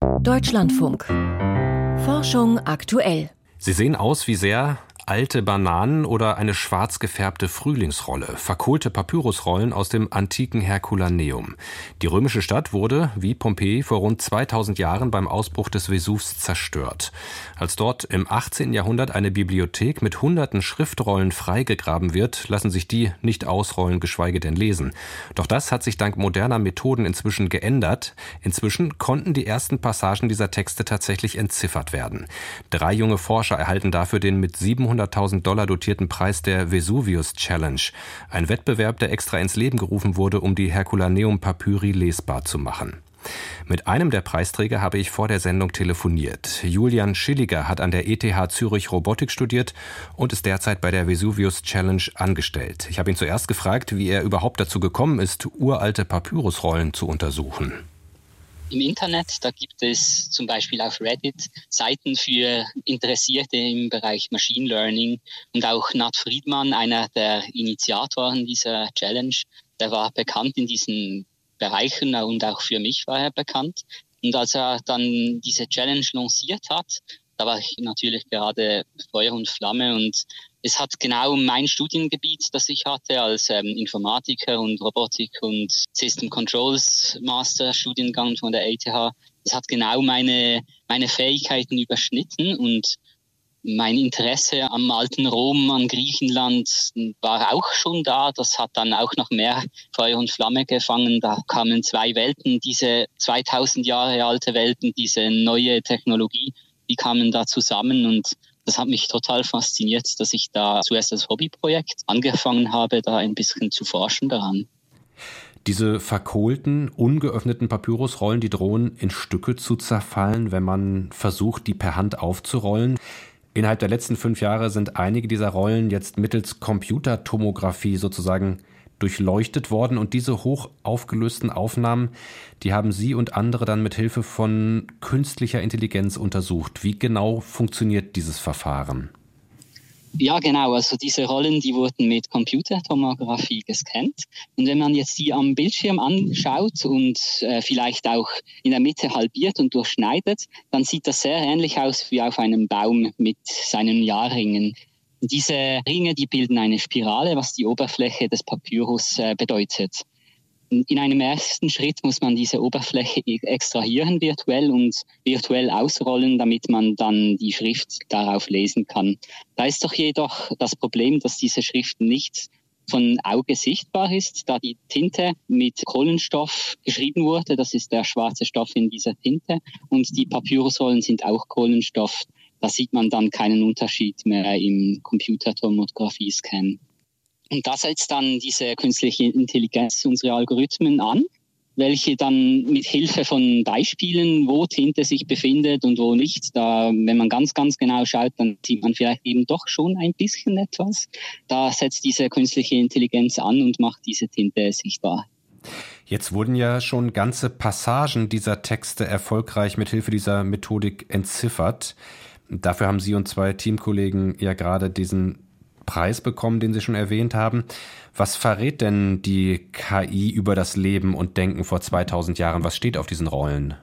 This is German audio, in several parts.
Deutschlandfunk. Forschung aktuell. Sie sehen aus wie sehr alte Bananen oder eine schwarz gefärbte Frühlingsrolle, verkohlte Papyrusrollen aus dem antiken Herculaneum. Die römische Stadt wurde, wie Pompeji, vor rund 2000 Jahren beim Ausbruch des Vesuvs zerstört. Als dort im 18. Jahrhundert eine Bibliothek mit hunderten Schriftrollen freigegraben wird, lassen sich die nicht ausrollen, geschweige denn lesen. Doch das hat sich dank moderner Methoden inzwischen geändert. Inzwischen konnten die ersten Passagen dieser Texte tatsächlich entziffert werden. 3 junge Forscher erhalten dafür den mit $700.000 dotierten Preis der Vesuvius Challenge, ein Wettbewerb, der extra ins Leben gerufen wurde, um die Herculaneum-Papyri lesbar zu machen. Mit einem der Preisträger habe ich vor der Sendung telefoniert. Julian Schilliger hat an der ETH Zürich Robotik studiert und ist derzeit bei der Vesuvius Challenge angestellt. Ich habe ihn zuerst gefragt, wie er überhaupt dazu gekommen ist, uralte Papyrusrollen zu untersuchen. Im Internet, da gibt es zum Beispiel auf Reddit Seiten für Interessierte im Bereich Machine Learning. Und auch Nat Friedman, einer der Initiatoren dieser Challenge, der war bekannt in diesen Bereichen und auch für mich war er bekannt. Und als er dann diese Challenge lanciert hat, da war ich natürlich gerade Feuer und Flamme und es hat genau mein Studiengebiet, das ich hatte als Informatiker und Robotik und System Controls Master Studiengang von der ETH. Es hat genau meine Fähigkeiten überschnitten und mein Interesse am alten Rom, an Griechenland war auch schon da. Das hat dann auch noch mehr Feuer und Flamme gefangen. Da kamen 2 Welten, diese 2000 Jahre alte Welten, diese neue Technologie, die kamen da zusammen und das hat mich total fasziniert, dass ich da zuerst als Hobbyprojekt angefangen habe, da ein bisschen zu forschen daran. Diese verkohlten, ungeöffneten Papyrusrollen, die drohen in Stücke zu zerfallen, wenn man versucht, die per Hand aufzurollen. Innerhalb der letzten 5 Jahre sind einige dieser Rollen jetzt mittels Computertomographie sozusagen durchleuchtet worden und diese hoch aufgelösten Aufnahmen, die haben Sie und andere dann mit Hilfe von künstlicher Intelligenz untersucht. Wie genau funktioniert dieses Verfahren? Ja, genau. Also diese Rollen, die wurden mit Computertomographie gescannt. Und wenn man jetzt die am Bildschirm anschaut und vielleicht auch in der Mitte halbiert und durchschneidet, dann sieht das sehr ähnlich aus wie auf einem Baum mit seinen Jahrringen. Diese Ringe, die bilden eine Spirale, was die Oberfläche des Papyrus bedeutet. In einem ersten Schritt muss man diese Oberfläche extrahieren virtuell und virtuell ausrollen, damit man dann die Schrift darauf lesen kann. Da ist doch jedoch das Problem, dass diese Schrift nicht von Auge sichtbar ist, da die Tinte mit Kohlenstoff geschrieben wurde. Das ist der schwarze Stoff in dieser Tinte. Und die Papyrusrollen sind auch Kohlenstoff. Da sieht man dann keinen Unterschied mehr im Computertomographie-Scan. Und da setzt dann diese künstliche Intelligenz unsere Algorithmen an, welche dann mit Hilfe von Beispielen, wo Tinte sich befindet und wo nicht, da, wenn man ganz, ganz genau schaut, dann sieht man vielleicht eben doch schon ein bisschen etwas. Da setzt diese künstliche Intelligenz an und macht diese Tinte sichtbar. Jetzt wurden ja schon ganze Passagen dieser Texte erfolgreich mit Hilfe dieser Methodik entziffert. Dafür haben Sie und 2 Teamkollegen ja gerade diesen Preis bekommen, den Sie schon erwähnt haben. Was verrät denn die KI über das Leben und Denken vor 2000 Jahren? Was steht auf diesen Rollen?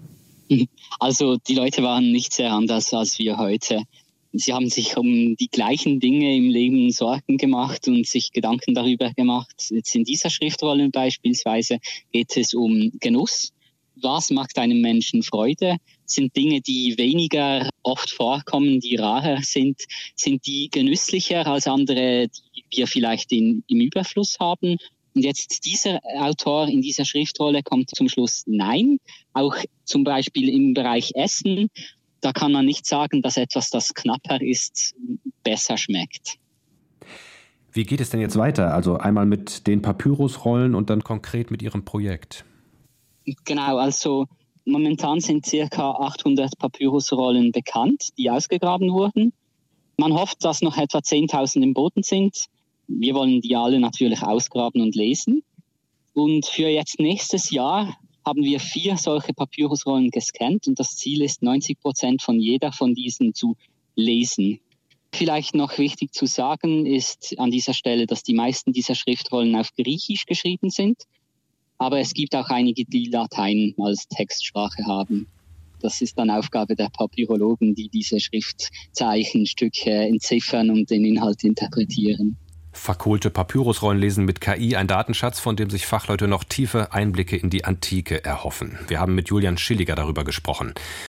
Also die Leute waren nicht sehr anders als wir heute. Sie haben sich um die gleichen Dinge im Leben Sorgen gemacht und sich Gedanken darüber gemacht. Jetzt in dieser Schriftrolle beispielsweise geht es um Genuss. Was macht einem Menschen Freude? Sind Dinge, die weniger oft vorkommen, die rarer sind? Sind die genüsslicher als andere, die wir vielleicht im Überfluss haben? Und jetzt dieser Autor in dieser Schriftrolle kommt zum Schluss nein. Auch zum Beispiel im Bereich Essen, da kann man nicht sagen, dass etwas, das knapper ist, besser schmeckt. Wie geht es denn jetzt weiter? Also einmal mit den Papyrusrollen und dann konkret mit Ihrem Projekt. Genau, also momentan sind ca. 800 Papyrusrollen bekannt, die ausgegraben wurden. Man hofft, dass noch etwa 10.000 im Boden sind. Wir wollen die alle natürlich ausgraben und lesen. Und für jetzt nächstes Jahr haben wir 4 solche Papyrusrollen gescannt und das Ziel ist, 90% von jeder von diesen zu lesen. Vielleicht noch wichtig zu sagen ist an dieser Stelle, dass die meisten dieser Schriftrollen auf Griechisch geschrieben sind. Aber es gibt auch einige, die Latein als Textsprache haben. Das ist dann Aufgabe der Papyrologen, die diese Schriftzeichenstücke entziffern und den Inhalt interpretieren. Verkohlte Papyrusrollen lesen mit KI, ein Datenschatz, von dem sich Fachleute noch tiefe Einblicke in die Antike erhoffen. Wir haben mit Julian Schilliger darüber gesprochen.